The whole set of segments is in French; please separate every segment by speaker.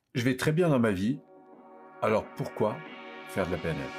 Speaker 1: Je vais très bien dans ma vie, alors pourquoi faire de la PNL?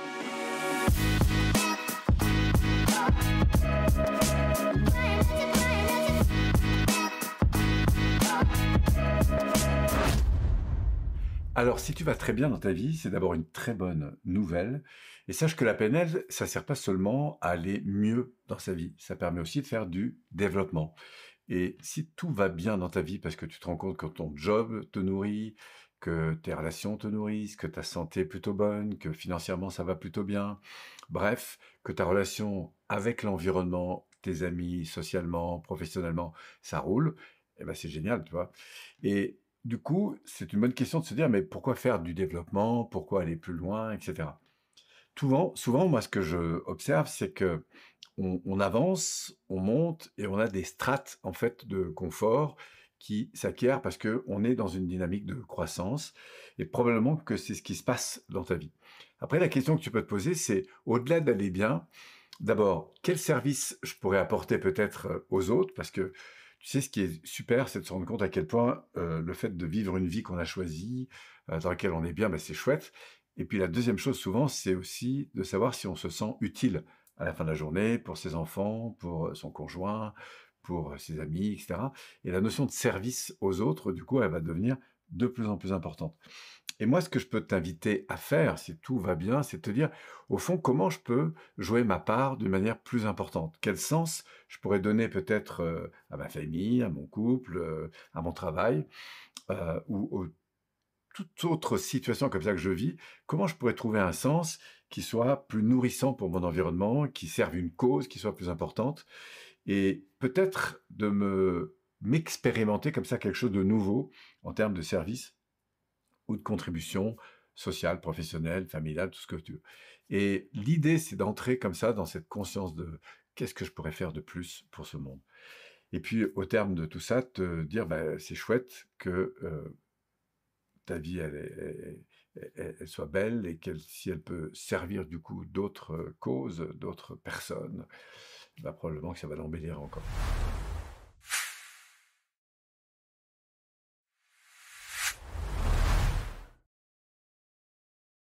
Speaker 1: Alors, si tu vas très bien dans ta vie, c'est d'abord une très bonne nouvelle. Et sache que la PNL, ça sert pas seulement à aller mieux dans sa vie, ça permet aussi de faire du développement. Et si tout va bien dans ta vie, parce que tu te rends compte que ton job te nourrit, que tes relations te nourrissent, que ta santé est plutôt bonne, que financièrement ça va plutôt bien, bref, que ta relation avec l'environnement, tes amis, socialement, professionnellement, ça roule, eh ben c'est génial, tu vois. Et du coup, c'est une bonne question de se dire, mais pourquoi faire du développement? Pourquoi aller plus loin, etc. Souvent, moi, ce que je observe, c'est que on avance, on monte et on a des strates en fait de confort qui s'acquièrent parce que on est dans une dynamique de croissance et probablement que c'est ce qui se passe dans ta vie. Après, la question que tu peux te poser, c'est au-delà d'aller bien, d'abord, quel service je pourrais apporter peut-être aux autres? Parce que tu sais, ce qui est super, c'est de se rendre compte à quel point le fait de vivre une vie qu'on a choisie, dans laquelle on est bien, ben, c'est chouette. Et puis la deuxième chose, souvent, c'est aussi de savoir si on se sent utile à la fin de la journée pour ses enfants, pour son conjoint, pour ses amis, etc. Et la notion de service aux autres, du coup, elle va devenir de plus en plus importante. Et moi, ce que je peux t'inviter à faire, si tout va bien, c'est de te dire, au fond, comment je peux jouer ma part d'une manière plus importante? Quel sens je pourrais donner peut-être à ma famille, à mon couple, à mon travail, ou toute autre situation comme ça que je vis? Comment je pourrais trouver un sens qui soit plus nourrissant pour mon environnement, qui serve une cause, qui soit plus importante? Et peut-être de m'expérimenter comme ça quelque chose de nouveau en termes de service ou de contribution sociale, professionnelle, familiale, tout ce que tu veux. Et l'idée, c'est d'entrer comme ça dans cette conscience de qu'est-ce que je pourrais faire de plus pour ce monde. Et puis, au terme de tout ça, te dire, bah, c'est chouette que ta vie, elle soit belle et qu'elle, si elle peut servir du coup d'autres causes, d'autres personnes, bah, probablement que ça va l'embellir encore.